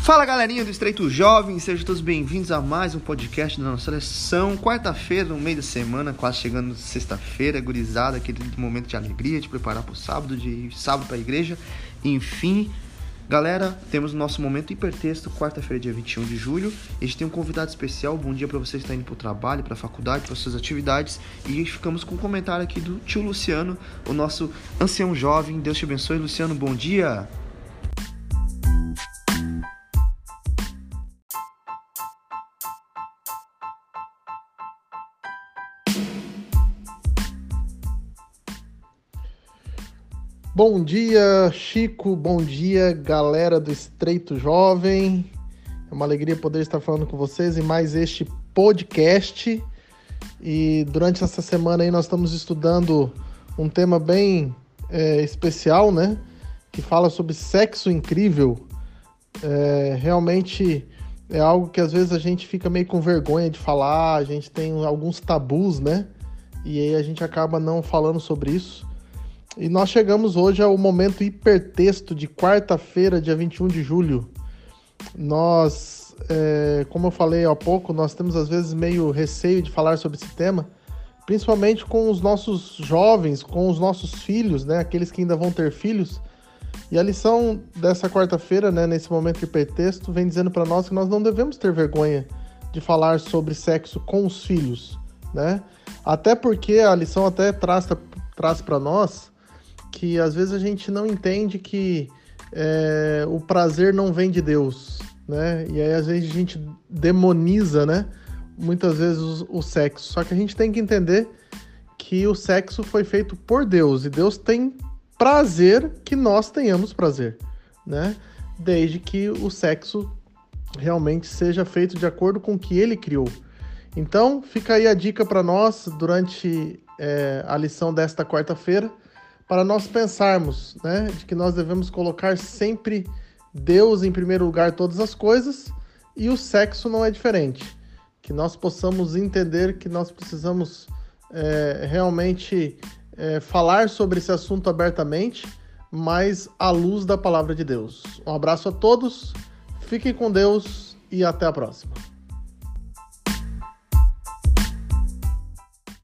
Fala galerinha do Estreito Jovem, sejam todos bem-vindos a mais um podcast da nossa seleção. Quarta-feira, no meio da semana, quase chegando sexta-feira, gurizada, aquele momento de alegria, de preparar para o sábado, de ir sábado para a igreja. Enfim, galera, temos o nosso momento hipertexto, quarta-feira, dia 21 de julho. A gente tem um convidado especial, bom dia para você que está indo para o trabalho, para a faculdade, para suas atividades. E ficamos com um comentário aqui do tio Luciano, o nosso ancião jovem. Deus te abençoe, Luciano, bom dia! Bom dia, Chico, bom dia, galera do Estreito Jovem. É uma alegria poder estar falando com vocês em mais este podcast. E durante essa semana aí nós estamos estudando um tema bem especial, né? Que fala sobre sexo incrível. Realmente é algo que às vezes a gente fica meio com vergonha de falar, a gente tem alguns tabus, né? E aí a gente acaba não falando sobre isso. E nós chegamos hoje ao momento hipertexto de quarta-feira, dia 21 de julho. Nós, como eu falei há pouco, nós temos às vezes meio receio de falar sobre esse tema, principalmente com os nossos jovens, com os nossos filhos, né, aqueles que ainda vão ter filhos. E a lição dessa quarta-feira, né, nesse momento hipertexto, vem dizendo para nós que nós não devemos ter vergonha de falar sobre sexo com os filhos, né? Até porque a lição até traz para nós que às vezes a gente não entende que o prazer não vem de Deus, né? E aí às vezes a gente demoniza, né? Muitas vezes o sexo. Só que a gente tem que entender que o sexo foi feito por Deus e Deus tem prazer que nós tenhamos prazer, né? Desde que o sexo realmente seja feito de acordo com o que Ele criou. Então fica aí a dica para nós durante a lição desta quarta-feira, para nós pensarmos, né, de que nós devemos colocar sempre Deus em primeiro lugar todas as coisas, e o sexo não é diferente. Que nós possamos entender que nós precisamos realmente falar sobre esse assunto abertamente, mas à luz da palavra de Deus. Um abraço a todos, fiquem com Deus e até a próxima.